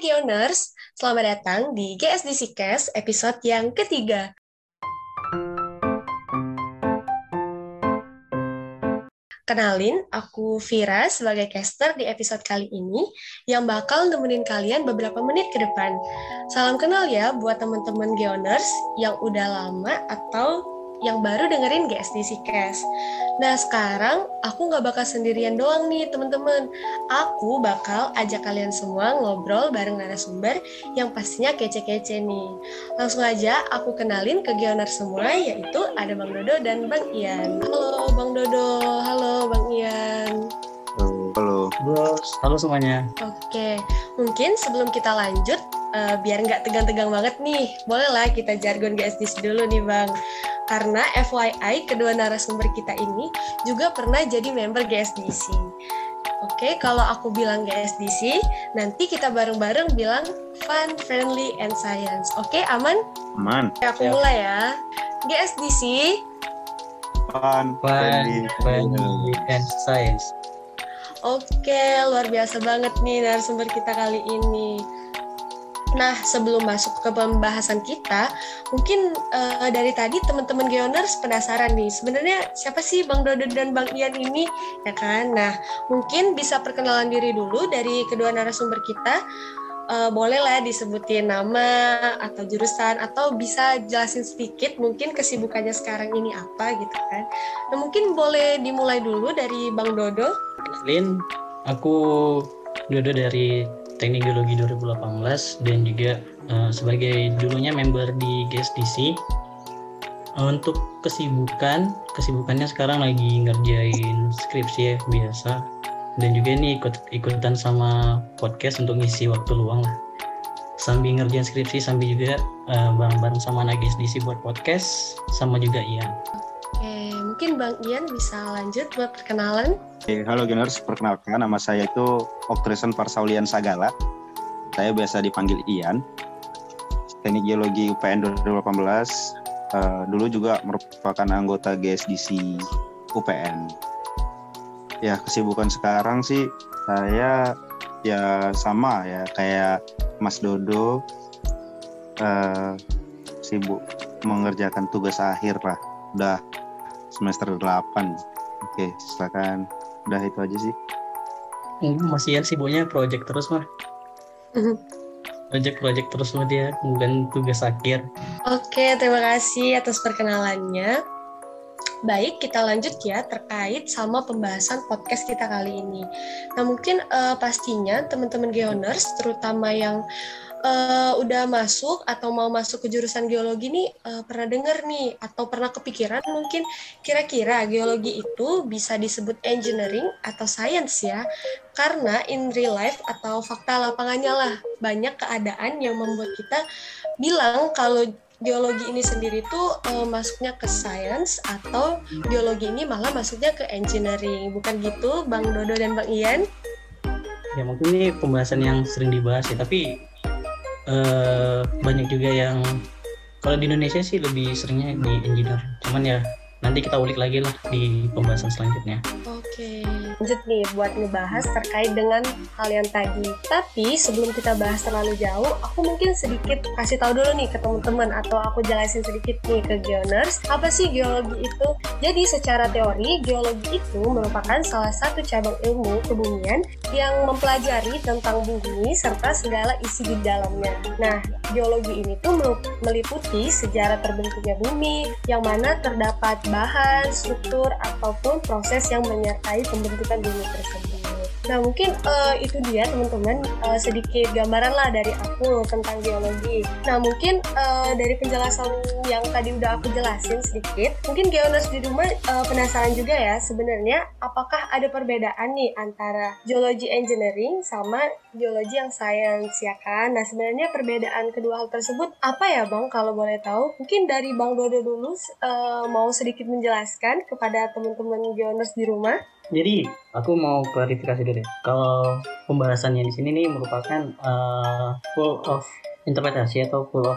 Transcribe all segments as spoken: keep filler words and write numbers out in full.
Geoners, selamat datang di G S D C Cast episode yang ketiga. Kenalin, aku Vira sebagai caster di episode kali ini yang bakal nemenin kalian beberapa menit ke depan. Salam kenal ya buat teman-teman Geoners yang udah lama atau yang baru dengerin G S D C Cast. Nah sekarang aku nggak bakal sendirian doang nih teman-teman. Aku bakal ajak kalian semua ngobrol bareng narasumber yang pastinya kece-kece nih. Langsung aja aku kenalin ke Geoners semua, yaitu ada Bang Dodo dan Bang Ian. Halo Bang Dodo, halo Bang Ian. Halo. Halo, halo semuanya. Oke, mungkin sebelum kita lanjut, uh, biar nggak tegang-tegang banget nih, bolehlah kita jargon G S D C dulu nih Bang. Karena F Y I, kedua narasumber kita ini juga pernah jadi member G S D C. Oke, kalau aku bilang G S D C, nanti kita bareng-bareng bilang fun, friendly, and science. Oke, aman? Aman. Oke, aku mulai ya. G S D C. Fun, Fun, friendly, friendly, and science. Oke, luar biasa banget nih narasumber kita kali ini. Nah, sebelum masuk ke pembahasan kita, mungkin uh, dari tadi teman-teman Geoners penasaran nih, sebenarnya siapa sih Bang Dodo dan Bang Ian ini, ya kan? Nah, mungkin bisa perkenalan diri dulu dari kedua narasumber kita. Uh, bolehlah disebutin nama atau jurusan, atau bisa jelasin sedikit mungkin kesibukannya sekarang ini apa gitu kan. Nah, mungkin boleh dimulai dulu dari Bang Dodo. Kenalin, aku Dodo dari Teknik Geologi dua ribu delapan belas dan juga uh, sebagai dulunya member di G S D C. Uh, untuk kesibukan, kesibukannya sekarang lagi ngerjain skripsi ya biasa, dan juga ini ikut ikutan sama podcast untuk ngisi waktu luang lah. Sambil ngerjain skripsi sambil juga uh, bareng-bareng sama anak G S D C buat podcast, sama juga Ian. Oke, mungkin Bang Ian bisa lanjut buat perkenalan. Oke, halo Geners, perkenalkan nama saya itu Octrison Parsaulian Sagala. Saya biasa dipanggil Ian. Teknik Geologi U P N dua ribu delapan belas. Uh, dulu juga merupakan anggota G S D C U P N. Ya, kesibukan sekarang sih saya ya sama ya kayak Mas Dodo, uh, sibuk mengerjakan tugas akhir lah. Udah semester delapan. Oke, silakan. Udah itu aja sih. Mas Ian sibuknya project terus mah. Project-project terus mah dia, bukan tugas akhir. Oke, terima kasih atas perkenalannya. Baik, kita lanjut ya terkait sama pembahasan podcast kita kali ini. Nah, mungkin uh, pastinya teman-teman Geoners, terutama yang uh, udah masuk atau mau masuk ke jurusan geologi nih, uh, pernah dengar nih atau pernah kepikiran mungkin kira-kira geologi itu bisa disebut engineering atau science ya. Karena in real life atau fakta lapangannya lah, banyak keadaan yang membuat kita bilang kalau geologi ini sendiri tuh uh, masuknya ke science atau geologi ini malah masuknya ke engineering. Bukan gitu Bang Dodo dan Bang Ian? Ya mungkin ini pembahasan yang sering dibahas ya, tapi uh, banyak juga yang kalau di Indonesia sih lebih seringnya di engineer. Cuman ya nanti kita ulik lagi lah di pembahasan selanjutnya. Oke, lanjut nih buat ngebahas terkait dengan hal yang tadi. Tapi sebelum kita bahas terlalu jauh, aku mungkin sedikit kasih tahu dulu nih ke teman-teman, atau aku jelasin sedikit nih ke Geoners, apa sih geologi itu? Jadi secara teori, geologi itu merupakan salah satu cabang ilmu kebumian yang mempelajari tentang bumi serta segala isi di dalamnya. Nah, geologi ini tuh meliputi sejarah terbentuknya bumi, yang mana terdapat bahan, struktur, ataupun proses yang menyertai pembentukan bumi tersebut. Nah, mungkin uh, itu dia teman-teman, uh, sedikit gambaran lah dari aku tentang geologi. Nah, mungkin uh, dari penjelasan yang tadi udah aku jelasin sedikit, mungkin Geoners di rumah uh, penasaran juga ya, sebenarnya apakah ada perbedaan nih antara geologi engineering sama geologi yang science, ya kan? Nah, sebenarnya perbedaan kedua hal tersebut apa ya Bang, kalau boleh tahu? Mungkin dari Bang Dodo dulu uh, mau sedikit menjelaskan kepada teman-teman Geoners di rumah. Jadi aku mau klarifikasi dulu ya. Kalau pembahasannya di sini nih merupakan uh, full of interpretasi atau full of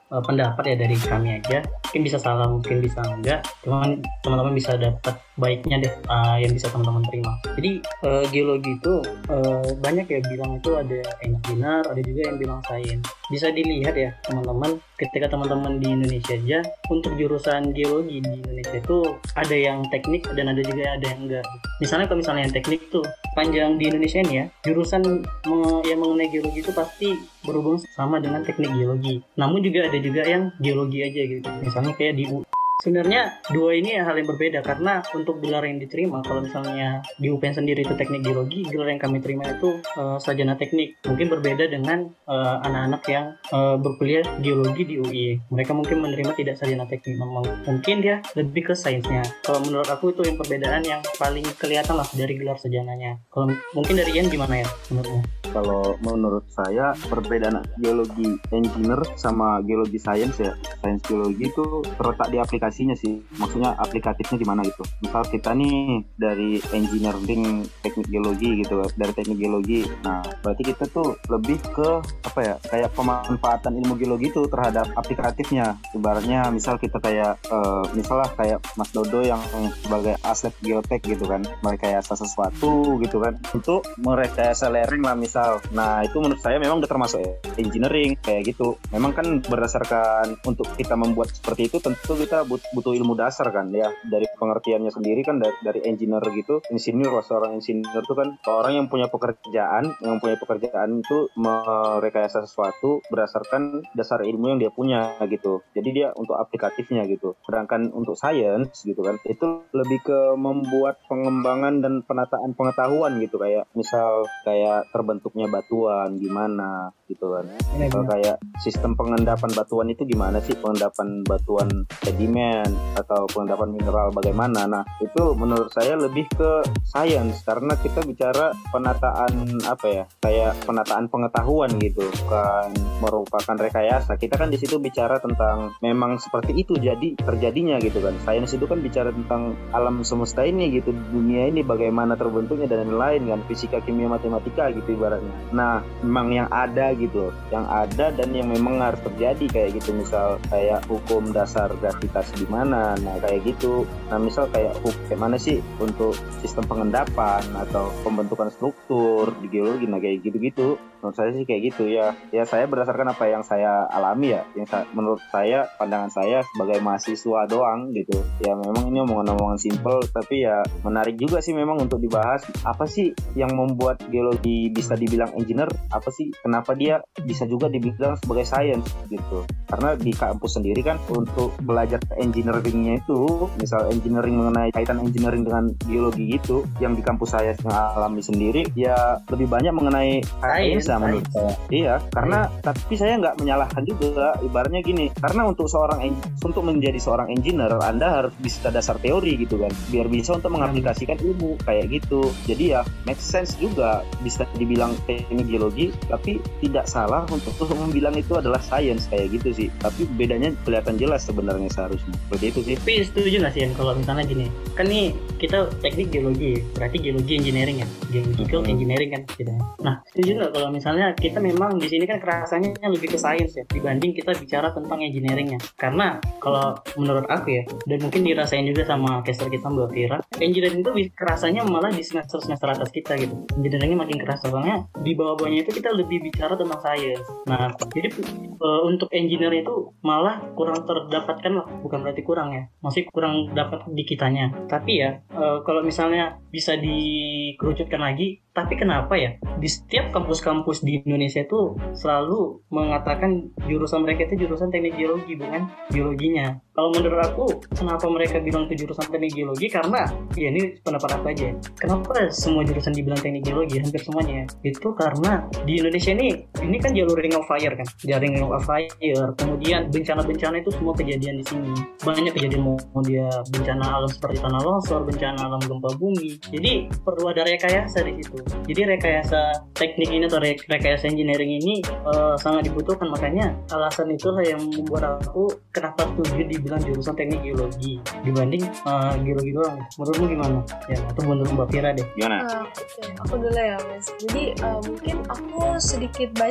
uh, pendapat ya dari kami aja. Mungkin bisa salah, mungkin bisa enggak. Cuman teman-teman bisa dapat baiknya deh uh, yang bisa teman-teman terima. Jadi uh, geologi itu uh, banyak ya bilang itu ada engineer, ada juga yang bilang sains. Bisa dilihat ya teman-teman, ketika teman-teman di Indonesia aja untuk jurusan geologi di Indonesia itu ada yang teknik dan ada juga ada yang enggak. Misalnya kalau misalnya yang teknik tuh panjang di Indonesia ini ya, jurusan meng- yang mengenai geologi itu pasti berhubung sama dengan teknik geologi. Namun juga ada juga yang geologi aja gitu. Misalnya kayak di U. Sebenarnya dua ini hal yang berbeda karena untuk gelar yang diterima, kalau misalnya di U P N sendiri itu teknik geologi, gelar yang kami terima itu uh, sarjana teknik. Mungkin berbeda dengan uh, anak-anak yang uh, berkuliah geologi di U I. Mereka mungkin menerima tidak sarjana teknik, memang mungkin dia lebih ke sainsnya. Kalau menurut aku itu yang perbedaan yang paling kelihatan lah dari gelar sarjananya. Kalau mungkin dari Ian gimana ya menurutmu? Kalau menurut saya perbedaan geologi engineer sama geologi sains ya, sains geologi itu terletak di aplikasinya sih. Maksudnya aplikatifnya gimana gitu. Misal kita nih dari engineering teknik geologi gitu, dari teknik geologi. Nah, berarti kita tuh lebih ke apa ya? Kayak pemanfaatan ilmu geologi itu terhadap aplikatifnya. Ibaratnya misal kita kayak uh, misalnya kayak Mas Dodo yang sebagai atlet geotek gitu kan, merekayasa sesuatu gitu kan. Untuk merekayasa lereng lah misal. Nah itu menurut saya memang udah termasuk engineering kayak gitu. Memang kan berdasarkan untuk kita membuat seperti itu tentu kita butuh ilmu dasar kan ya. Dari pengertiannya sendiri kan dari, dari engineer gitu, insinyur lah, seorang insinyur itu kan orang yang punya pekerjaan, yang punya pekerjaan itu merekayasa sesuatu berdasarkan dasar ilmu yang dia punya gitu. Jadi dia untuk aplikatifnya gitu. Sedangkan untuk science gitu kan itu lebih ke membuat pengembangan dan penataan pengetahuan gitu, kayak misal kayak terbentuk batuan gimana gitu kan. Kalau kayak sistem pengendapan batuan itu gimana sih, pengendapan batuan sedimen atau pengendapan mineral bagaimana. Nah itu menurut saya lebih ke sains karena kita bicara penataan apa ya, kayak penataan pengetahuan gitu, bukan merupakan rekayasa. Kita kan di situ bicara tentang memang seperti itu jadi terjadinya gitu kan. Sains itu kan bicara tentang alam semesta ini gitu, dunia ini bagaimana terbentuknya dan lain-lain kan, fisika, kimia, matematika gitu ibaratnya. Nah, memang yang ada gitu, yang ada dan yang memang harus terjadi kayak gitu. Misal kayak hukum dasar gravitasi di mana, nah kayak gitu. Nah, misal kayak hukum kayak mana sih untuk sistem pengendapan atau pembentukan struktur di geologi, nah kayak gitu-gitu. Menurut saya sih kayak gitu ya. Ya saya berdasarkan apa yang saya alami ya, yang saya, menurut saya, pandangan saya sebagai mahasiswa doang gitu. Ya memang ini omongan-omongan simple, tapi ya menarik juga sih memang untuk dibahas. Apa sih yang membuat geologi bisa dibilang engineer, apa sih kenapa dia bisa juga dibilang sebagai science gitu. Karena di kampus sendiri kan untuk belajar engineeringnya itu, misal engineering mengenai kaitan engineering dengan geologi gitu, yang di kampus saya yang alami sendiri ya lebih banyak mengenai sains menurut saya. Iya, karena tapi saya nggak menyalahkan juga, ibaratnya gini, karena untuk seorang untuk menjadi seorang engineer Anda harus bisa dasar teori gitu kan, biar bisa untuk mengaplikasikan ilmu kayak gitu. Jadi ya make sense juga bisa dibilang teknik geologi, tapi tidak salah untuk membilang itu adalah science kayak gitu sih. Tapi bedanya kelihatan jelas sebenarnya seharusnya. Seperti itu sih. Tapi setuju nggak sih kalau misalnya gini, kan nih kita teknik geologi, berarti geologi engineering ya, geological hmm. engineering kan gitu. Nah setuju nggak kalau misalnya kita memang di sini kan kerasanya lebih ke science ya, dibanding kita bicara tentang engineeringnya. Karena kalau menurut aku ya, dan mungkin dirasain juga sama caster kita Mbak Fira, engineering itu kerasanya malah di semester semester atas kita gitu. Engineeringnya makin keras soalnya di bawah-bawahnya itu kita lebih bicara tentang sains. Nah, jadi uh, untuk engineer itu malah kurang terdapatkan lah, bukan berarti kurang ya, masih kurang dapat di kitanya. Tapi ya, uh, kalau misalnya bisa dikerucutkan lagi, tapi kenapa ya di setiap kampus-kampus di Indonesia itu selalu mengatakan jurusan mereka itu jurusan teknik geologi, bukan geologinya. Kalau menurut aku, kenapa mereka bilang itu jurusan teknik geologi? Karena ya ini pendapat aku aja. Kenapa semua jurusan dibilang teknik geologi, hampir semuanya? Itu karena di Indonesia ini, ini kan jalur ring of fire kan, jalur ring of fire. Kemudian bencana-bencana itu semua kejadian di sini. Banyak kejadian, mau dia bencana alam seperti tanah longsor, bencana alam gempa bumi. Jadi perlu ada rekayasa di situ. Jadi rekayasa teknik ini atau rekayasa engineering ini uh, sangat dibutuhkan. Makanya alasan itulah yang membuat aku kenapa setuju dibilang jurusan teknik geologi dibanding uh, geologi doang. Menurutmu gimana? Ya, atau menurut Mbak Fira deh? Gimana? Uh, Oke, okay. Aku dulu ya Mas. Jadi uh, mungkin aku sedikit banyak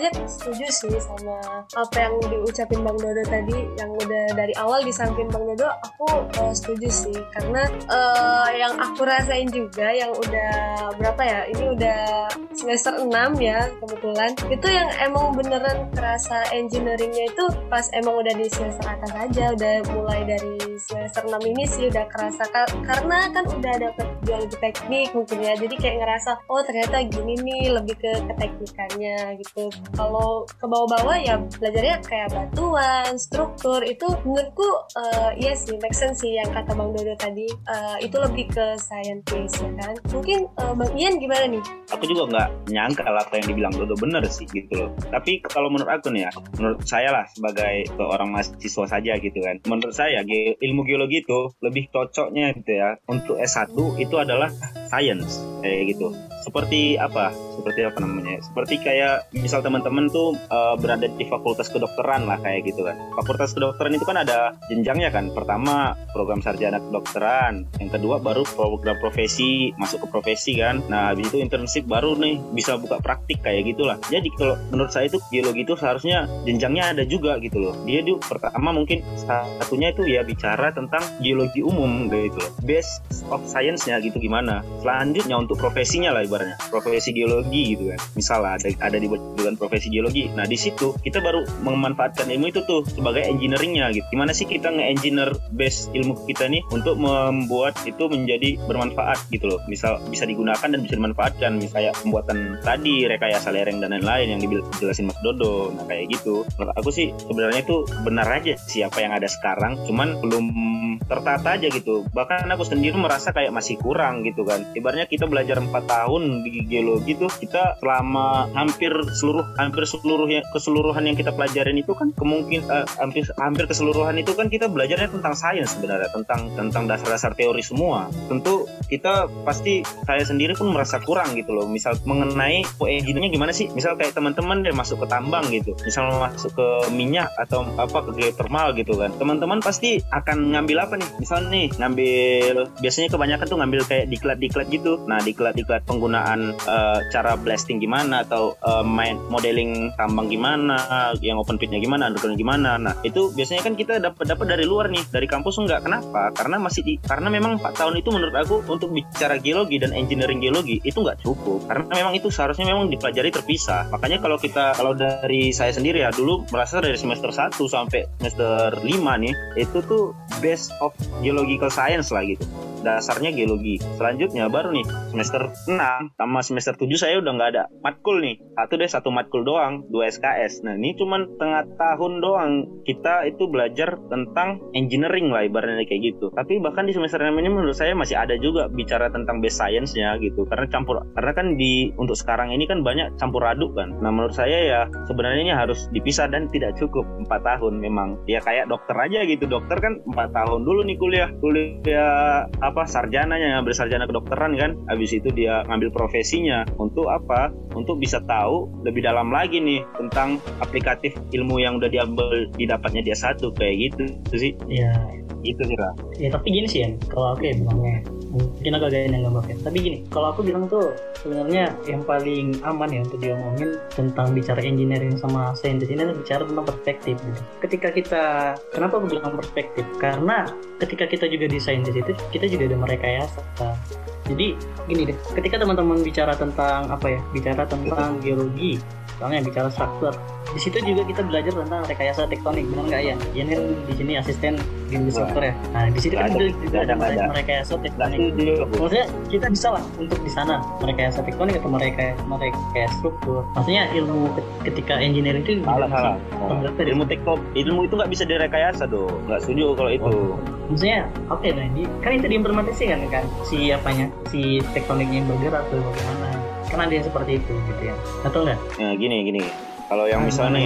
banyak setuju sih sama apa yang diucapin Bang Dodo tadi, yang udah dari awal disampaikan Bang Dodo. Aku uh, setuju sih, karena uh, yang aku rasain juga yang udah berapa ya, ini udah semester enam ya kebetulan, itu yang emang beneran kerasa engineeringnya itu pas emang udah di semester atas aja, udah mulai dari semester enam ini sih udah kerasa, karena kan udah dapet geologi teknik mungkin ya, jadi kayak ngerasa oh ternyata gini nih, lebih ke keteknikannya gitu. Kalau ke bawah-bawah ya belajarnya kayak batuan, struktur, itu menurutku uh, iya sih make sense sih yang kata Bang Dodo tadi, uh, itu lebih ke scientist ya kan. Mungkin uh, Bang Ian gimana nih? Aku juga nggak nyangka lah apa yang dibilang Dodo bener sih gitu loh. Tapi kalau menurut aku nih ya, menurut saya lah sebagai seorang mahasiswa saja gitu kan, menurut saya ge- ilmu geologi itu lebih cocoknya gitu ya untuk S satu itu adalah science kayak gitu. Seperti apa? Seperti apa namanya? Seperti kayak misal teman-teman tuh uh, berada di fakultas kedokteran lah kayak gitu kan. Fakultas kedokteran itu kan ada jenjangnya kan. Pertama program sarjana kedokteran, yang kedua baru program profesi, masuk ke profesi kan. Nah habis itu internship baru nih bisa buka praktik kayak gitulah. Jadi kalau menurut saya itu geologi itu seharusnya jenjangnya ada juga gitu loh. Dia tuh pertama mungkin satunya itu ya bicara tentang geologi umum gitu loh. Base of science-nya gitu gimana. Selanjutnya untuk profesinya lah ibaratnya, profesi geologi gitu kan. Misal lah ada ada di bulan profesi geologi. Nah di situ kita baru memanfaatkan ilmu itu tuh sebagai engineeringnya gitu. Gimana sih kita nge-engineer base ilmu kita nih untuk membuat itu menjadi bermanfaat gitu loh. Misal bisa digunakan dan bisa dimanfaatkan, misalnya pembuatan tadi rekayasa lereng dan lain-lain yang dijelasin Mas Dodo. Nah kayak gitu. Menurut aku sih sebenarnya itu benar aja siapa yang ada sekarang, cuman belum tertata aja gitu. Bahkan aku sendiri merasa kayak masih kurang gitu kan. Ibaratnya kita belajar empat tahun di geologi tuh, kita selama hampir seluruh hampir seluruh yang keseluruhan yang kita pelajarin itu kan kemungkinan uh, hampir hampir keseluruhan itu kan kita belajarnya tentang sains sebenarnya, tentang tentang dasar-dasar teori semua. Tentu kita pasti, saya sendiri pun merasa kurang gitu loh. Misal mengenai oh, engineer-nya gimana sih? Misal kayak teman-teman dia masuk ke tambang gitu, misal masuk ke minyak atau apa ke geothermal gitu kan. Teman-teman pasti akan ngambil apa nih? Misal nih ngambil, biasanya kebanyakan tuh ngambil kayak diklat-diklat gitu. Nah diklat-diklat penggunaan uh, cara blasting gimana, atau uh, main modeling tambang gimana, yang open pitnya gimana, underground gimana. Nah itu biasanya kan kita dapat dapat dari luar nih, dari kampus enggak. Kenapa? Karena masih di, karena memang empat tahun itu menurut aku untuk bicara geologi dan engineering geologi itu nggak cukup, karena memang itu seharusnya memang dipelajari terpisah. Makanya kalau kita, kalau dari saya sendiri ya, dulu merasa dari semester satu sampai semester lima nih, itu tuh base of geological science lah gitu, dasarnya geologi. Selanjutnya baru nih semester enam sama semester tujuh saya udah nggak ada matkul nih, satu deh satu matkul doang, dua S K S. Nah ini cuman tengah tahun doang kita itu belajar tentang engineering lah ibaratnya kayak gitu. Tapi bahkan di semester enam ini menurut saya masih ada juga bicara tentang base science-nya gitu, karena campur, karena kan di untuk sekarang ini kan banyak campur aduk kan. Nah menurut saya ya sebenarnya ini harus dipisah dan tidak cukup empat tahun. Memang ya kayak dokter aja gitu, dokter kan empat tahun dulu nih kuliah kuliah apa sarjananya, ngambil sarjana kedokteran kan, habis itu dia ngambil profesinya untuk apa, untuk bisa tahu lebih dalam lagi nih tentang aplikatif ilmu yang udah diambil didapatnya dia satu kayak gitu itu sih. Iya. Itu sih lah. Ya tapi gini sih ya, kalau aku ya bilangnya mungkin agak gaya yang gambar ya. Tapi gini, kalau aku bilang tuh sebenarnya yang paling aman ya untuk diomongin tentang bicara engineering sama saintis ini adalah bicara tentang perspektif gitu. Ketika kita, kenapa aku bilang perspektif? Karena ketika kita juga di saintis itu kita juga ada merekayasa. Jadi gini deh, ketika teman-teman bicara tentang apa ya, bicara tentang geologi, misalnya bicara struktur, di situ juga kita belajar tentang rekayasa tektonik, benar nggak ya? Ian kan di sini asisten geologi struktur ya. Nah di sini kan ada, juga ada, ada, ada merekayasa tektonik. Maksudnya kita bisa lah untuk di sana merekayasa tektonik atau merekayasa merekayasa struktur. Maksudnya ilmu ketika engineering itu salah salah. Oh. Ilmu tektonik, ilmu itu nggak bisa direkayasa dong. Nggak setuju kalau itu. Oh. Maksudnya oke okay, nah ini kan itu diimplementasi kan kan si apanya, si tektoniknya yang bergerak atau bagaimana, kan ada yang seperti itu gitu ya, atau enggak? Nah gini gini, kalau yang misalnya nih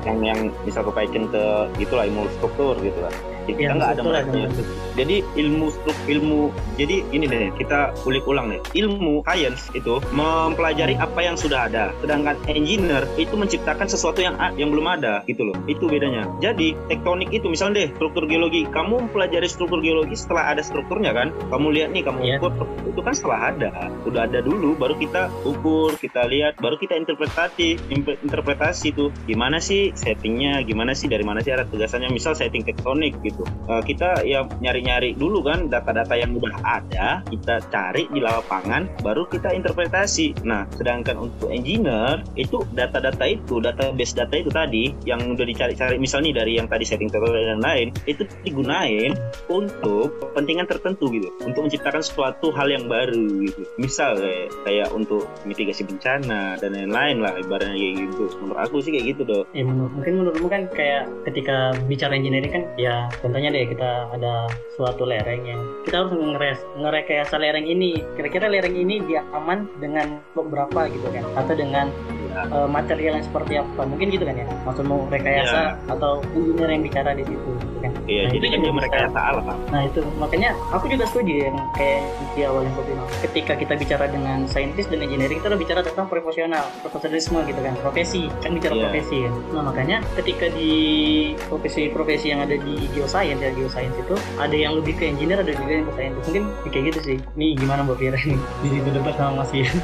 yang yang misal kepaicen ke gitulah ilmu struktur gitu lah. Jadi kita nggak ada merasnya. Jadi ilmu struk ilmu jadi ini deh kita ulik ulang deh. Ilmu science itu mempelajari apa yang sudah ada, sedangkan engineer itu menciptakan sesuatu yang yang belum ada gitu loh. Itu bedanya. Jadi tektonik itu misalnya deh struktur geologi, kamu mempelajari struktur geologi setelah ada strukturnya kan. Kamu lihat nih, kamu ukur yeah. itu kan setelah ada, udah ada dulu, baru kita ukur, kita lihat, baru kita interpretasi, interpretasi itu gimana sih settingnya, gimana sih dari mana sih arah tegasannya. Misal setting tektonik gitu, uh, kita ya nyari-nyari dulu kan data-data yang udah ada, kita cari di lapangan, baru kita interpretasi. Nah, sedangkan untuk engineer itu data-data itu, database data itu tadi yang udah dicari-cari, misalnya dari yang tadi setting tektonik dan lain, itu digunain untuk kepentingan tertentu gitu, untuk menciptakan suatu hal yang baru gitu. Misal kayak, kayak untuk mitigasi bencana dan lain-lain lah, ibaratnya kayak gitu. Menurut aku sih kayak gitu dong. Ya, mungkin menurutmu kan kayak ketika bicara engineering kan ya contohnya deh kita ada suatu lereng yang kita harus ngeres ngerekayasa lereng ini, kira-kira lereng ini dia aman dengan berapa gitu kan, atau dengan ya. uh, material yang seperti apa, mungkin gitu kan ya maksudmu rekayasa ya. Atau engineer yang bicara di situ gitu kan. Iya, nah, jadi kan dia merekayasa alam. Nah itu makanya aku juga setuju yang kayak di awal yang aku bilang, ketika kita bicara dengan saintis dan engineering kita udah bicara tentang profesional, profesionalisme gitu kan, profesi kan, bicara yeah. profesi kan. Nah makanya ketika di profesi-profesi yang ada di geoscience ya, geoscience itu ada yang lebih ke engineer, ada juga yang ke saintis, mungkin kayak gitu sih. Nih gimana Mbak Fira ini di situ debat sama Mas Ian?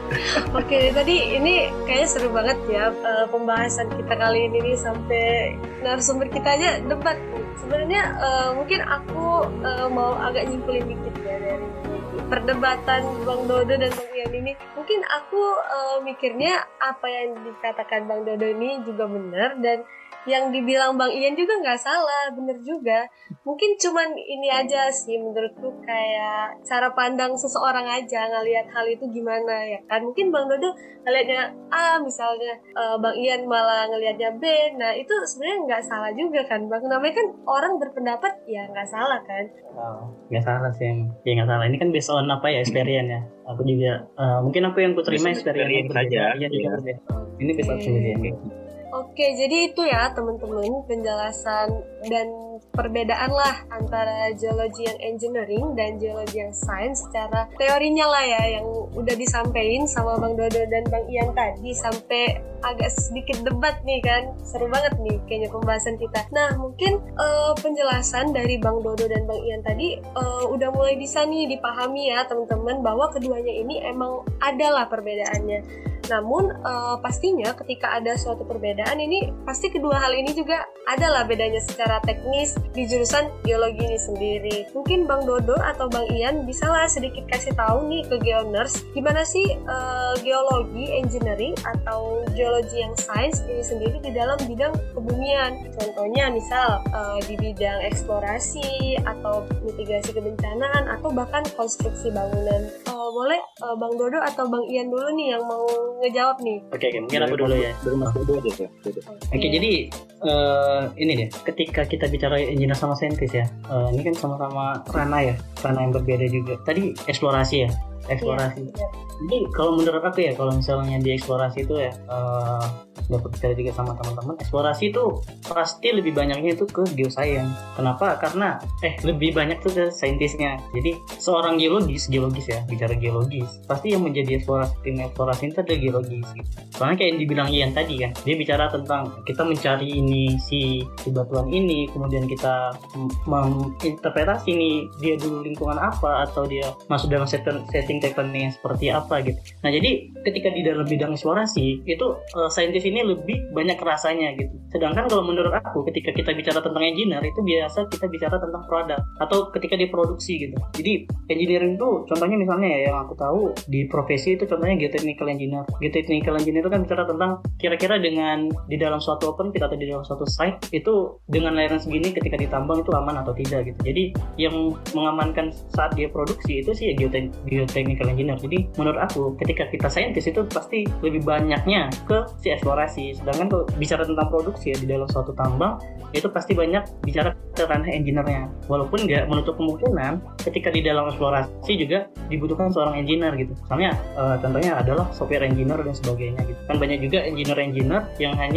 Oke, tadi ini kayaknya seru banget ya uh, pembahasan kita kali ini nih, sampai narasumber kita aja debat. Sebenarnya uh, mungkin aku uh, mau agak nyimpulin dikit ya dari perdebatan Bang Dodo dan Bang Ian ini. Mungkin aku uh, mikirnya apa yang dikatakan Bang Dodo ini juga benar, dan yang dibilang Bang Ian juga nggak salah, bener juga. Mungkin cuman ini aja sih menurutku, kayak cara pandang seseorang aja ngelihat hal itu gimana ya kan. Mungkin Bang Dodo ngelihatnya A misalnya, uh, Bang Ian malah ngelihatnya B. Nah itu sebenarnya nggak salah juga kan Bang, namanya kan orang berpendapat ya nggak salah kan. Oh, nggak salah sih, ya nggak salah. Ini kan based on apa ya, experience ya. Aku juga uh, mungkin aku yang ku terima experience saja. Iya juga berbeda. Ini based on experience. Oke, jadi itu ya teman-teman penjelasan dan perbedaan lah antara geologi yang engineering dan geologi yang science secara teorinya lah ya, yang udah disampaikan sama Bang Dodo dan Bang Ian tadi, sampai agak sedikit debat nih kan. Seru banget nih kayaknya pembahasan kita. Nah mungkin uh, penjelasan dari Bang Dodo dan Bang Ian tadi uh, udah mulai bisa nih dipahami ya teman-teman, bahwa keduanya ini emang adalah perbedaannya. Namun uh, pastinya ketika ada suatu perbedaan ini, pasti kedua hal ini juga adalah bedanya secara teknis di jurusan geologi ini sendiri. Mungkin Bang Dodo atau Bang Ian bisalah sedikit kasih tahu nih ke geoners, gimana sih uh, geologi, engineering atau geologi yang sains ini sendiri di dalam bidang kebumian. Contohnya misal uh, di bidang eksplorasi atau mitigasi kebencanaan atau bahkan konstruksi bangunan. Uh, boleh uh, Bang Dodo atau Bang Ian dulu nih yang mau ngejawab nih. Oke, okay, mungkin aku dulu ya. Dulu Mas Dodo aja ya. Oke, okay, jadi uh, ini deh, ketika kita bicara engineer sama saintis ya, uh, ini kan sama-sama ranah ya, ranah yang berbeda juga. Tadi eksplorasi ya, eksplorasi. Iya, iya. Jadi kalau menurut aku ya, kalau misalnya di eksplorasi itu ya, uh, dapat bicara juga sama teman-teman, eksplorasi itu pasti lebih banyaknya itu ke geoscience. Kenapa? Karena eh lebih banyak tuh ke saintisnya. Jadi seorang geologis, geologis ya, bicara geologis, pasti yang menjadi eksplorasi, tim eksplorasi itu adalah geologis gitu. Soalnya kayak yang dibilang Ian tadi kan, dia bicara tentang kita mencari ini si, si batuan ini, kemudian kita menginterpretasi nih dia dulu lingkungan apa, atau dia masuk dalam setting, setting tektonik yang seperti apa gitu. Nah jadi ketika di dalam bidang eksplorasi itu uh, saintis ini lebih banyak rasanya gitu. Sedangkan kalau menurut aku ketika kita bicara tentang engineer itu biasa kita bicara tentang produk atau ketika diproduksi gitu. Jadi engineering itu contohnya misalnya ya, yang aku tahu di profesi itu contohnya geotechnical engineer. Geotechnical engineer itu kan bicara tentang kira-kira dengan di dalam suatu open pit atau di dalam suatu site itu dengan layering segini ketika ditambang itu aman atau tidak gitu. Jadi yang mengamankan saat dia produksi itu sih geote- geotechnical engineer. Jadi menurut aku ketika kita saintis itu pasti lebih banyaknya ke si eksplorasi. Sedangkan kalau bicara tentang produksi ya di dalam suatu tambang itu pasti banyak bicara ke ranah engineer-nya. Walaupun nggak menutup kemungkinan ketika di dalam eksplorasi juga dibutuhkan seorang engineer gitu. Misalnya uh, contohnya adalah software engineer dan sebagainya gitu. Kan banyak juga engineer-engineer yang hanya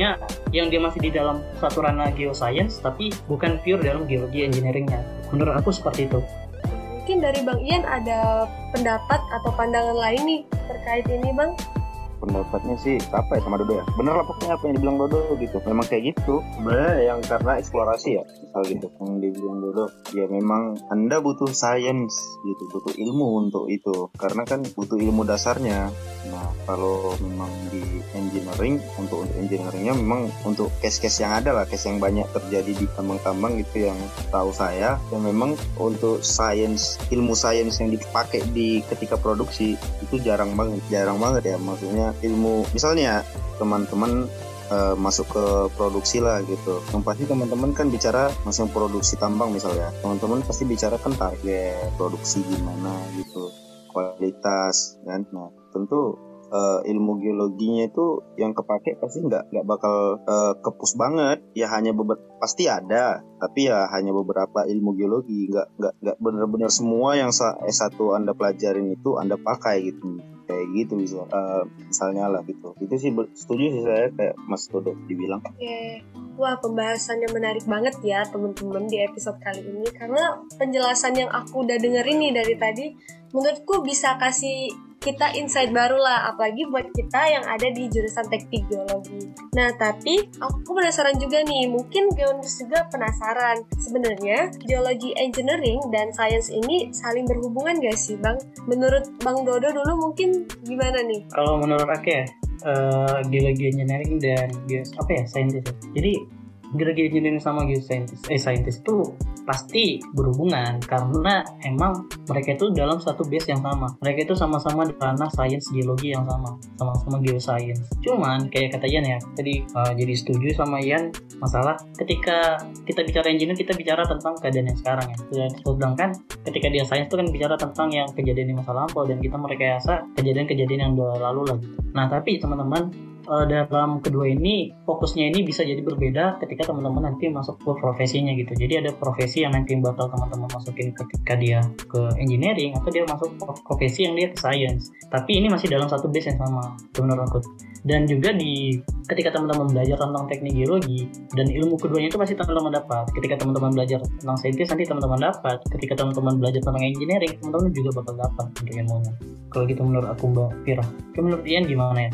yang dia masih di dalam satu ranah geoscience tapi bukan pure dalam geologi engineeringnya. Menurut aku seperti itu. Mungkin dari Bang Ian ada pendapat atau pandangan lain nih terkait ini, Bang? Pendapatnya sih apa ya sama Dodo ya, bener lah pokoknya apa yang dibilang Dodo gitu, memang kayak gitu sebenarnya, yang karena eksplorasi ya misal gitu yang dibilang Dodo ya, memang Anda butuh science gitu, butuh ilmu untuk itu karena kan butuh ilmu dasarnya. Nah kalau memang di engineering, untuk untuk engineeringnya memang untuk case-case yang ada lah, case yang banyak terjadi di tambang-tambang gitu yang tahu saya, yang memang untuk science, ilmu science yang dipakai di ketika produksi itu jarang banget, jarang banget ya, maksudnya ilmu misalnya teman-teman uh, masuk ke produksi lah gitu, yang pasti teman-teman kan bicara masuk produksi tambang misalnya, teman-teman pasti bicara kan target produksi gimana gitu, kualitas kan. Nah tentu uh, ilmu geologinya itu yang kepake pasti nggak nggak bakal uh, kepus banget ya, hanya beberapa pasti ada, tapi ya hanya beberapa ilmu geologi, nggak nggak nggak benar-benar semua yang S satu Anda pelajarin itu Anda pakai gitu, kayak gitu bisa uh, misalnya lah gitu. Itu sih setuju sih saya kayak Mas Dodo dibilang. Oke, wah pembahasannya menarik banget ya teman-teman di episode kali ini, karena penjelasan yang aku udah dengerin nih dari tadi menurutku bisa kasih kita insight baru lah, apalagi buat kita yang ada di jurusan teknik geologi. Nah tapi aku penasaran juga nih, mungkin Geoners juga penasaran, sebenarnya geologi engineering dan science ini saling berhubungan gak sih Bang? Menurut Bang Dodo dulu mungkin gimana nih? Kalau menurut aku ya, uh, geologi engineering dan geos apa ya scientist. Jadi geologi engineering sama geoscientist, eh scientist itu pasti berhubungan karena emang mereka itu dalam satu base yang sama. Mereka itu sama-sama di ranah science geologi yang sama, sama-sama geoscience. Cuman kayak kata Ian ya, tadi uh, jadi setuju sama Ian masalah ketika kita bicara engineer kita bicara tentang keadaan yang sekarang ya. Sedangkan ketika dia science itu kan bicara tentang yang kejadian di masa lampau dan kita merekayasa kejadian-kejadian yang udah lalu lagi. Nah tapi teman-teman, Uh, dalam kedua ini fokusnya ini bisa jadi berbeda ketika teman-teman nanti masuk ke profesinya gitu. Jadi ada profesi yang nanti bakal teman-teman masukin ketika dia ke engineering atau dia masuk profesi yang dia ke science. Tapi ini masih dalam satu base yang sama, menurut aku. Dan juga di ketika teman-teman belajar tentang teknik geologi dan ilmu keduanya itu pasti teman-teman dapat. Ketika teman-teman belajar tentang saintis nanti teman-teman dapat. Ketika teman-teman belajar tentang engineering teman-teman juga bakal dapat untuk ilmunya. Kalau gitu menurut aku Mbak Fira. Oke, menurut Ian gimana ya?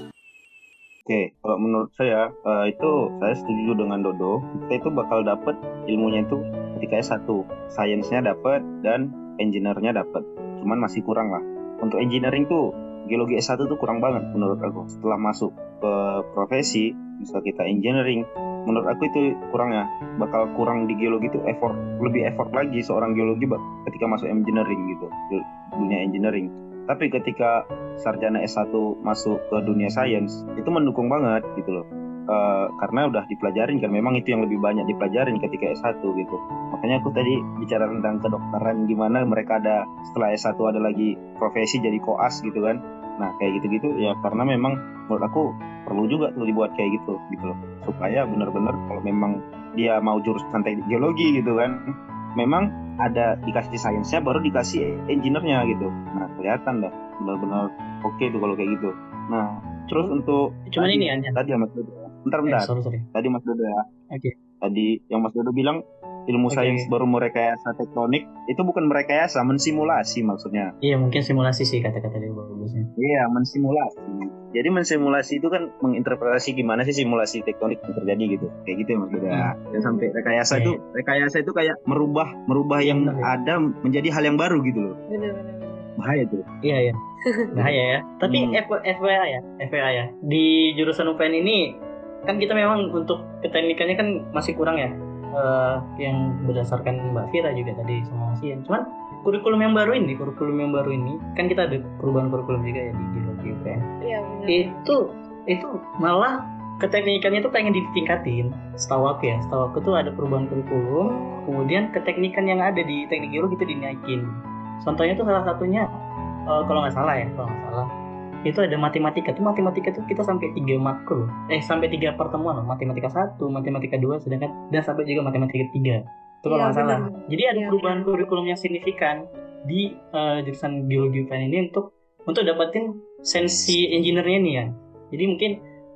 Oke, kalau menurut saya uh, itu saya setuju dengan Dodo. Kita itu bakal dapat ilmunya itu ketika S satu, sainsnya dapat dan engineer-nya dapat. Cuman masih kurang lah. Untuk engineering tuh geologi S satu tuh kurang banget menurut aku. Setelah masuk ke profesi, misal kita engineering, menurut aku itu kurang ya. Bakal kurang di geologi itu effort, lebih effort lagi seorang geologi ketika masuk engineering gitu, dunia engineering. Tapi ketika sarjana S satu masuk ke dunia sains itu mendukung banget gitu loh, uh, karena udah dipelajarin kan, memang itu yang lebih banyak dipelajarin ketika S satu gitu. Makanya aku tadi bicara tentang kedokteran, gimana mereka ada setelah S satu ada lagi profesi jadi koas gitu kan. Nah kayak gitu-gitu ya, karena memang menurut aku perlu juga tuh dibuat kayak gitu gitu loh, supaya benar-benar kalau memang dia mau jurusan teknik geologi gitu kan, memang ada dikasih sainsnya baru dikasih engineer-nya gitu. Nah kelihatan dah benar-benar oke okay tuh kalau kayak gitu. Nah terus untuk cuman tadi, ini Anya. tadi Mas Dodo, bentar bentar. Eh, sorry, sorry. Tadi Mas Dodo ya. Oke. Okay. Tadi yang Mas Dodo bilang ilmu okay. sains baru merekayasa tektonik, itu bukan merekayasa, mensimulasi maksudnya. Iya mungkin simulasi sih kata-kata dia bagusnya. Iya mensimulasi. Jadi mensimulasi itu kan menginterpretasi gimana sih simulasi tektonik yang terjadi gitu. Kayak gitu ya Mas Dodo. Hmm. Dan sampai rekayasa yeah. itu rekayasa itu kayak merubah merubah yang bener, ada ya. Menjadi hal yang baru gitu loh. Benar-benar. Bahaya tuh. Iya ya. Bahaya ya. Tapi hmm. F W A ya, F W A ya. Di jurusan U P N ini kan kita memang untuk keteknikannya kan masih kurang ya. Uh, yang berdasarkan Mbak Fira juga tadi sama Mas Ian. Cuman kurikulum yang baru ini, kurikulum yang baru ini kan kita ada perubahan kurikulum juga ya di geologi U P N. Iya benar. Itu itu malah keteknikannya itu pengen ditingkatin. Setahu aku ya, setahu aku tuh ada perubahan kurikulum, kemudian keteknikan yang ada di teknik geologi itu dinaikin. Contohnya tuh salah satunya uh, kalau nggak salah ya, kalau nggak salah itu ada matematika. Tuh matematika tuh kita sampai tiga makro, eh sampai tiga pertemuan loh. Matematika satu, matematika dua, sedangkan dan sampai juga matematika tiga. Itu kalau nggak ya, salah. Jadi ada ya, perubahan bener. Kurikulum yang signifikan di uh, jurusan geologi U P N ini untuk untuk dapetin sensi engineer-nya nih ya. Jadi mungkin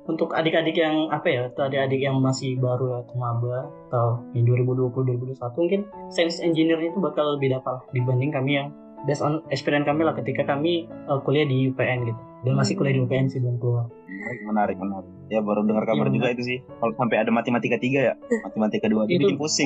untuk adik-adik yang apa ya, atau adik-adik yang masih baru atau maba atau di dua ribu dua puluh dua ribu dua puluh satu mungkin sains engineer itu bakal lebih dapat dibanding kami yang based on experience kami lah ketika kami uh, kuliah di U P N gitu. Dan masih kuliah di U P N sih belum keluar. Menarik, menarik. Ya baru dengar kabar Iya, juga itu sih. Kalau sampai ada matematika tiga ya, matematika dua itu Itu. bikin pusing.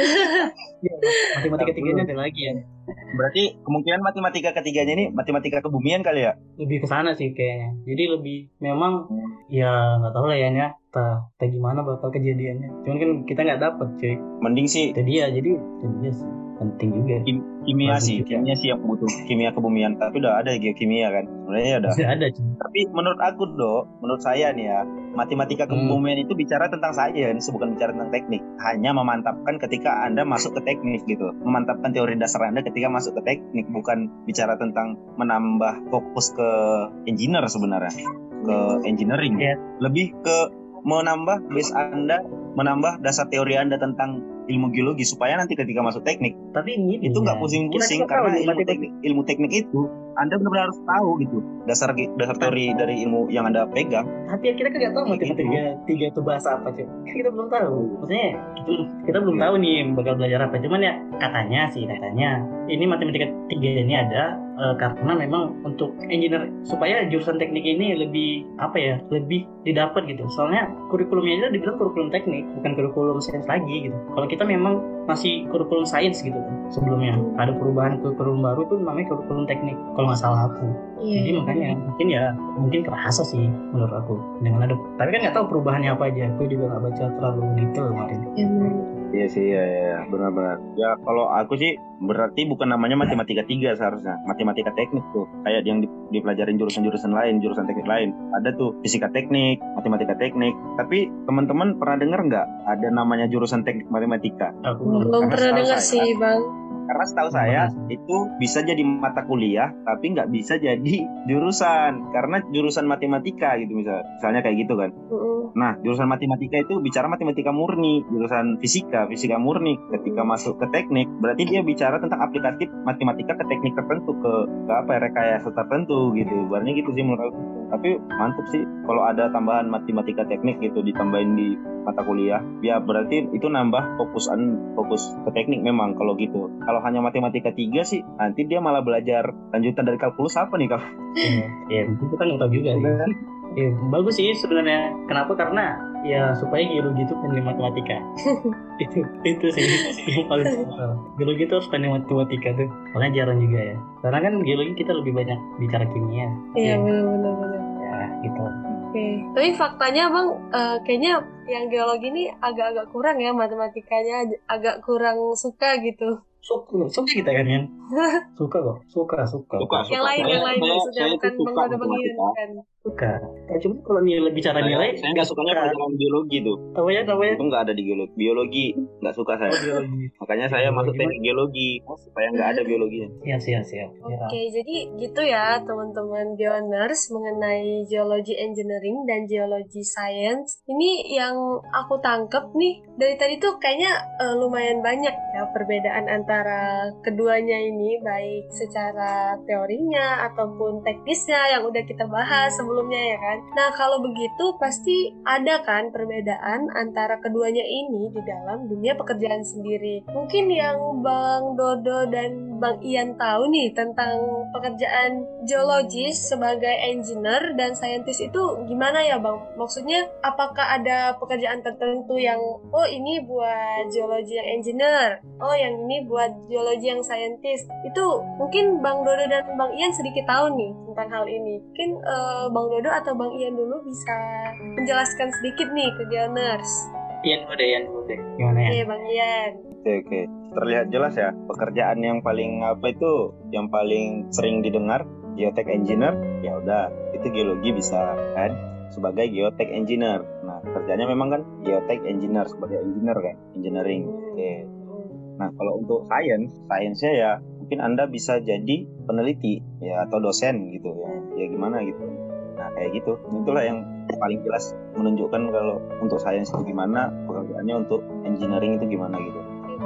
Iya, matematika tiganya ada lagi ya. Berarti kemungkinan matematika ketiganya ini matematika kebumian kali ya? Lebih ke sana sih kayaknya. Jadi lebih memang ya nggak tahu lah ya nya, entah, entah gimana bakal kejadiannya. Cuman kan kita nggak dapet cuy. Mending sih Itu dia, jadi itu dia sih penting juga. kim- kimia Bagus sih, juga. kimia sih yang butuh kimia kebumian. Tapi udah ada geokimia kan, sebenarnya udah. Sudah ada cuy. Tapi menurut aku dok, menurut saya nih ya, matematika Hmm. kebumian itu bicara tentang sains, bukan bicara tentang teknik. Hanya memantapkan ketika Anda masuk ke teknik gitu. Memantapkan teori dasar Anda ketika masuk ke teknik, bukan bicara tentang menambah fokus ke engineer sebenarnya, ke engineering. Iya. Lebih ke menambah base Anda, menambah dasar teori Anda tentang ilmu geologi supaya nanti ketika masuk teknik Tapi ini itu nggak pusing-pusing karena ilmu teknik ilmu teknik itu Anda benar-benar harus tahu gitu dasar dasar teori dari ilmu yang Anda pegang. Tapi kita kan nggak tahu matematika tiga itu bahasa apa cuy. Kan kita belum tahu. Maksudnya kita, kita belum tahu nih bakal belajar apa. Cuman ya katanya sih katanya ini matematika tiga ini ada uh, karena memang untuk engineer supaya jurusan teknik ini lebih apa ya lebih didapat gitu. Soalnya kurikulumnya aja dibilang kurikulum teknik bukan kurikulum sains lagi gitu. Kalau kita memang masih kurikulum sains gitu kan sebelumnya ada perubahan kurikulum baru itu namanya kurikulum teknik kalau nggak salah aku. Iya. Jadi makanya mungkin ya mungkin kerasa sih menurut aku dengan ada tapi kan nggak tahu perubahannya apa aja. Aku juga nggak baca terlalu detail kemarin. Ya, benar. Iya sih, ya, ya, benar-benar. Ya kalau aku sih berarti bukan namanya matematika tiga seharusnya, matematika teknik tuh. Kayak yang di, dipelajarin jurusan-jurusan lain, jurusan teknik lain. Ada tuh fisika teknik, matematika teknik. Tapi teman-teman pernah dengar nggak ada namanya jurusan teknik matematika? Aku Belum Karena pernah setahu dengar saya- sih bang. Karena setahu Belum saya pernah itu bisa jadi mata kuliah, tapi nggak bisa jadi jurusan. Karena jurusan matematika gitu misal, misalnya kayak gitu kan. Mm-mm. Nah, jurusan matematika itu bicara matematika murni, jurusan fisika, fisika murni. Ketika masuk ke teknik, berarti dia bicara tentang aplikatif matematika ke teknik tertentu, ke, ke apa ya, rekayasa tertentu gitu. Berarti gitu sih menurut aku. Tapi mantap sih kalau ada tambahan matematika teknik gitu ditambahin di mata kuliah. Ya berarti itu nambah fokusan fokus ke teknik memang kalau gitu. Kalau hanya matematika tiga sih, nanti dia malah belajar lanjutan dari kalkulus apa nih, Kak? Iya, ya mungkin kita nggak tahu juga sih. Ya, bagus sih sebenarnya. Kenapa? Karena ya supaya geologi itu pandai matematika. itu itu sih yang paling penting. Geologi itu harus pandai matematika tuh. Makanya jarang juga ya. Karena kan geologi kita lebih banyak bicara kimia. Iya Ya, benar-benar. benar. ya gitu. Oke. Tapi faktanya bang, eh, kayaknya yang geologi ini agak-agak kurang ya matematikanya, agak kurang suka gitu. Suka, suka kita kan ya. Suka kok, suka, suka. Suka, suka. Yang lain, Saya- yang lain saya- maksudnya saya bukan tuh suka bang Dodo bang Ian matematika. bukan. Suka. Nah, cuma kalau nilai bicara nilai, Saya nggak sukanya pelajaran biologi tuh. Tahu ya, tahu ya. Itu nggak ada di geologi. Biologi nggak suka saya. Oh, geologi. Makanya saya Geologi masuk mah- teknik geologi supaya nggak ada biologinya. Siap, siap, siap. Oke, jadi gitu ya teman-teman Geoners mengenai geology engineering dan geology science. Ini yang aku tangkep nih dari tadi tuh kayaknya eh, lumayan banyak ya perbedaan antara keduanya ini, baik secara teorinya ataupun teknisnya yang udah kita bahas sebelumnya ya kan. Nah kalau begitu pasti ada kan perbedaan antara keduanya ini di dalam dunia pekerjaan sendiri. Mungkin yang Bang Dodo dan Bang Ian tahu nih tentang pekerjaan geologis sebagai engineer dan scientist itu gimana ya Bang? Maksudnya apakah ada pekerjaan tertentu yang oh ini buat geologi yang engineer, oh yang ini buat geologi yang scientist? Itu mungkin Bang Dodo dan Bang Ian sedikit tahu nih tentang hal ini. Mungkin eh, Bang Dodo atau Bang Ian dulu bisa menjelaskan sedikit nih ke geoners. Ian dulu deh, Ian dulu deh. Gimana ya? Oke Bang Ian. Oke, oke. Terlihat jelas ya pekerjaan yang paling apa itu yang paling sering didengar geotech engineer. Ya udah itu geologi bisa kan sebagai geotech engineer. Nah kerjanya memang kan geotech engineer sebagai engineer kan engineering. Oke. Nah kalau untuk science, sainsnya ya mungkin Anda bisa jadi peneliti ya atau dosen gitu ya. Ya gimana gitu. Nah kayak gitu. Itulah yang paling jelas menunjukkan kalau untuk sains itu gimana, pekerjaannya untuk engineering itu gimana gitu.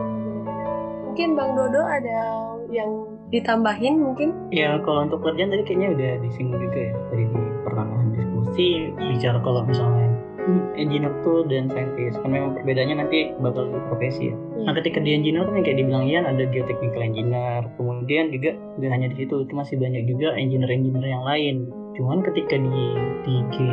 Mungkin Bang Dodo ada yang ditambahin mungkin? Ya kalau untuk kerjaan tadi kayaknya udah disinggung juga ya tadi di pertanyaan pertengahan diskusi bicara kalau misalnya engineer tuh dan saintis kan memang perbedaannya nanti bakal di profesi ya. Nah ketika di engineer kan kayak dibilang Ian ada geotechnical engineer, kemudian juga nggak hanya di situ, itu masih banyak juga engineer-engineer yang lain. Cuman ketika di di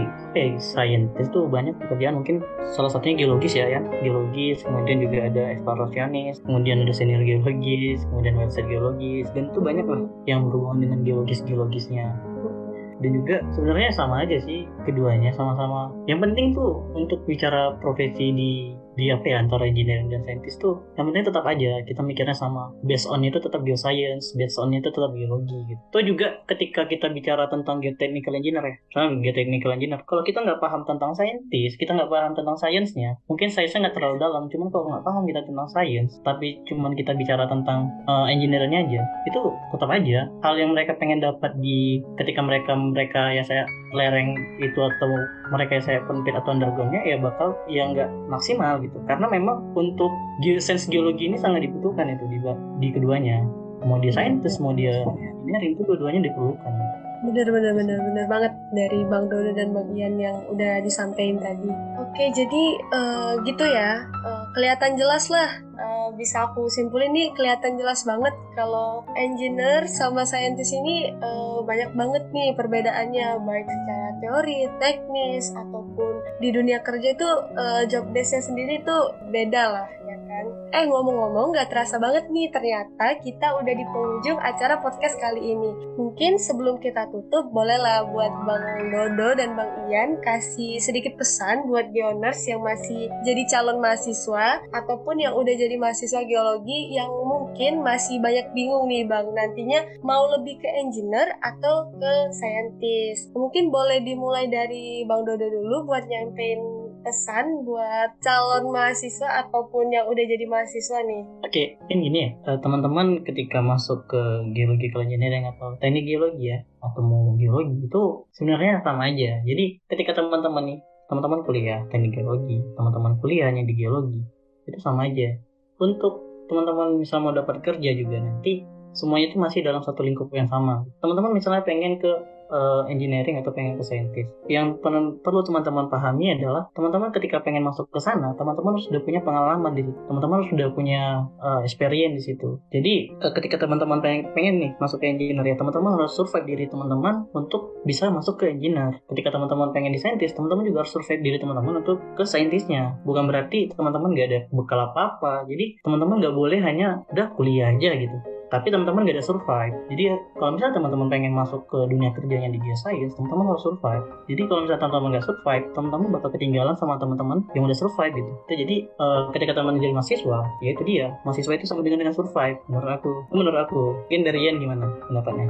eh scientist tuh banyak pekerjaan, mungkin salah satunya geologis ya, ya geologis, kemudian juga ada eksplorasionis, kemudian ada senior geologis, kemudian website geologis, dan itu banyak lah yang berhubungan dengan geologis-geologisnya. Dan juga sebenarnya sama aja sih keduanya, sama-sama. Yang penting tuh untuk bicara profesi di di apa ya antara engineering dan scientist tuh yang penting tetap aja kita mikirnya sama, based on itu tetap geoscience, based on itu tetap geologi gitu. Itu juga ketika kita bicara tentang geotechnical engineer ya, misalnya geotechnical engineer, kalau kita nggak paham tentang scientist, kita nggak paham tentang science-nya, mungkin science-nya nggak terlalu dalam, cuman kalau nggak paham kita tentang science, tapi cuman kita bicara tentang uh, engineer-nya aja, itu tetap aja hal yang mereka pengen dapat di ketika mereka mereka ya saya lereng itu atau mereka saya penpit atau underground-nya ya bakal ya nggak maksimal gitu, karena memang untuk geoscience geologi ini sangat dibutuhkan itu di, di keduanya, mau dia scientist mau dia engineering itu dua-duanya diperlukan. Bener bener bener bener banget dari Bang Dodo dan Bang Ian yang udah disampaikan tadi. Oke, jadi uh, gitu ya, uh, kelihatan jelas lah, uh, bisa aku simpulin nih kelihatan jelas banget kalau engineer sama scientist ini uh, banyak banget nih perbedaannya, baik secara teori, teknis, ataupun di dunia kerja itu uh, job desk-nya sendiri tuh beda lah ya kan. Eh ngomong-ngomong gak terasa banget nih ternyata kita udah di penghujung acara podcast kali ini. Mungkin sebelum kita tutup bolehlah buat Bang Dodo dan Bang Ian kasih sedikit pesan buat geoners yang masih jadi calon mahasiswa ataupun yang udah jadi mahasiswa geologi yang mungkin masih banyak bingung nih Bang, nantinya mau lebih ke engineer atau ke scientist. Mungkin boleh dimulai dari Bang Dodo dulu buat nyampein pesan buat calon mahasiswa ataupun yang udah jadi mahasiswa nih. Oke, kan gini ya, teman-teman ketika masuk ke geological engineering atau teknik geologi ya, atau mau geologi itu sebenarnya sama aja. Jadi ketika teman-teman nih, teman-teman kuliah teknik geologi, teman-teman kuliahnya di geologi, itu sama aja. Untuk teman-teman misalnya mau dapat kerja juga nanti, semuanya itu masih dalam satu lingkup yang sama. Teman-teman misalnya pengen ke Uh, engineering atau pengen ke scientist, yang pen- perlu teman-teman pahami adalah teman-teman ketika pengen masuk ke sana, teman-teman harus sudah punya pengalaman di situ, teman-teman harus sudah punya uh, experience di situ. Jadi uh, ketika teman-teman pengen, pengen nih masuk ke engineer ya, teman-teman harus survive diri teman-teman untuk bisa masuk ke engineer. Ketika teman-teman pengen di scientist, teman-teman juga harus survive diri teman-teman untuk ke scientistnya. Bukan berarti teman-teman nggak ada bekal apa-apa. Jadi teman-teman nggak boleh hanya udah kuliah aja gitu, tapi teman-teman gak ada survive. Jadi kalau misalnya teman-teman pengen masuk ke dunia kerjanya di geoscience, teman-teman harus survive. Jadi kalau misalnya teman-teman gak survive, teman-teman bakal ketinggalan sama teman-teman yang udah survive gitu. Jadi uh, ketika teman-teman jadi mahasiswa, ya itu dia, mahasiswa itu sama dengan dengan survive. Menurut aku, menurut aku. Mungkin dari Ian gimana pendapatnya?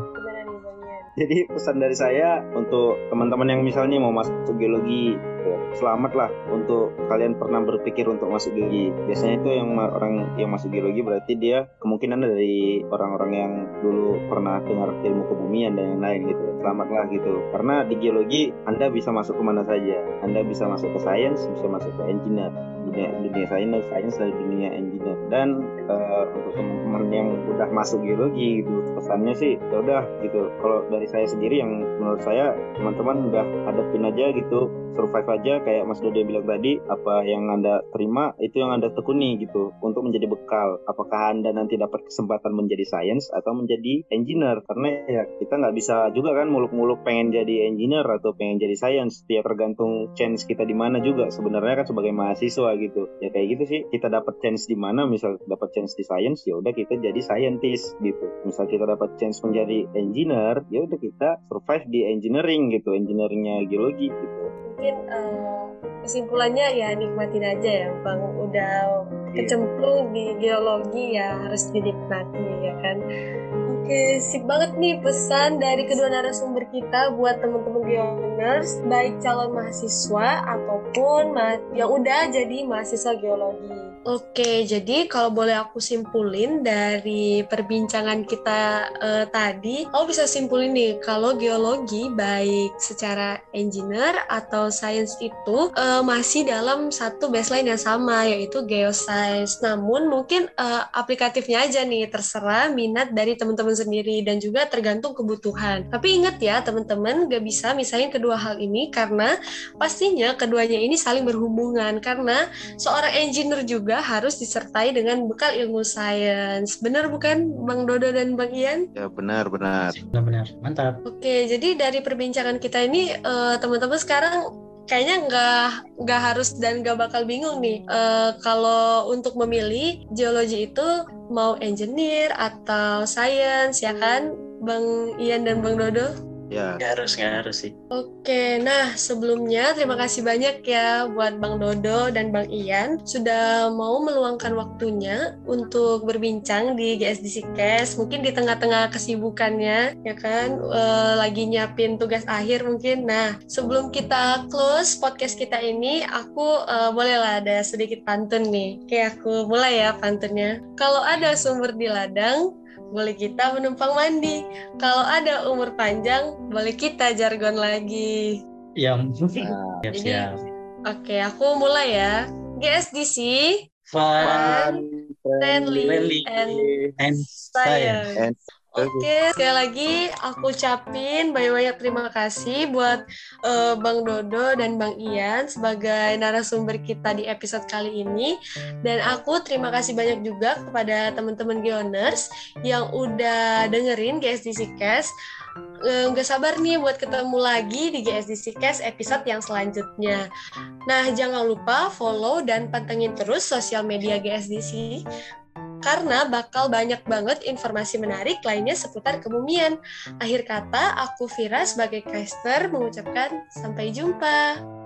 Jadi pesan dari saya untuk teman-teman yang misalnya mau masuk geologi, selamatlah untuk kalian pernah berpikir untuk masuk geologi. Biasanya itu yang orang yang masuk geologi berarti dia kemungkinan dari orang-orang yang dulu pernah dengar ilmu kebumian dan yang lain gitu. Selamatlah gitu. Karena di geologi Anda bisa masuk kemana saja. Anda bisa masuk ke science, bisa masuk ke engineer. Dunia, dunia science, science dan dunia engineer. Dan uh, untuk teman-teman yang udah masuk geologi gitu, pesannya sih ya udah gitu. Kalau dari saya sendiri yang menurut saya teman-teman udah hadapin aja gitu, survive aja kayak Mas Dodo bilang tadi, apa yang Anda terima itu yang Anda tekuni gitu untuk menjadi bekal. Apakah Anda nanti dapat kesempatan menjadi science atau menjadi engineer? Karena ya kita nggak bisa juga kan muluk-muluk pengen jadi engineer atau pengen jadi science. Dia tergantung chance kita di mana juga sebenarnya kan sebagai mahasiswa gitu. Ya kayak gitu sih. Kita dapat chance di mana, misal dapat chance di science ya udah kita jadi scientist gitu. Misal kita dapat chance menjadi engineer, ya udah kita survive di engineering gitu, engineeringnya geologi gitu. Mungkin uh, kesimpulannya ya nikmatin aja ya Bang, udah kecemplung di geologi ya harus dinikmati ya kan. Oke, sip banget nih pesan dari kedua narasumber kita buat teman-teman geoners, baik calon mahasiswa ataupun ma- yang udah jadi mahasiswa geologi. Oke, jadi kalau boleh aku simpulin dari perbincangan kita uh, tadi, aku bisa simpulin nih kalau geologi baik secara engineer atau science itu uh, masih dalam satu baseline yang sama, yaitu geoscience. Namun mungkin uh, aplikatifnya aja nih terserah minat dari teman-teman teman-teman sendiri dan juga tergantung kebutuhan. Tapi ingat ya teman-teman, gak bisa misahin kedua hal ini karena pastinya keduanya ini saling berhubungan, karena seorang engineer juga harus disertai dengan bekal ilmu sains. Benar bukan Bang Dodo dan Bang Ian? Ya benar benar. Benar-benar mantap. Oke, jadi dari perbincangan kita ini uh, teman-teman sekarang kayaknya nggak nggak harus dan nggak bakal bingung nih uh, kalau untuk memilih geologi itu mau engineer atau science, ya kan Bang Ian dan Bang Dodo? Ya. Nggak harus, nggak harus sih. Oke, nah sebelumnya terima kasih banyak ya buat Bang Dodo dan Bang Ian sudah mau meluangkan waktunya untuk berbincang di G S D C Cash, mungkin di tengah-tengah kesibukannya, ya kan, e, lagi nyiapin tugas akhir mungkin. Nah, sebelum kita close podcast kita ini, aku e, bolehlah ada sedikit pantun nih. Oke, aku mulai ya pantunnya. Kalau ada sumber di ladang, boleh kita menumpang mandi. Kalau ada umur panjang, boleh kita jargon lagi. Ya, Nah, siap, Jadi, siap. Oke, aku mulai ya. G S D C, Fun, friendly, friendly, and and science. and Oke, sekali lagi aku ucapin banyak-banyak terima kasih buat uh, Bang Dodo dan Bang Ian sebagai narasumber kita di episode kali ini. Dan aku terima kasih banyak juga kepada teman-teman Geoners yang udah dengerin G S D C Cash. Uh, Nggak sabar nih buat ketemu lagi di G S D C Cash episode yang selanjutnya. Nah, jangan lupa follow dan pantengin terus sosial media G S D C, karena bakal banyak banget informasi menarik lainnya seputar kebumian. Akhir kata, aku Vira sebagai caster mengucapkan sampai jumpa.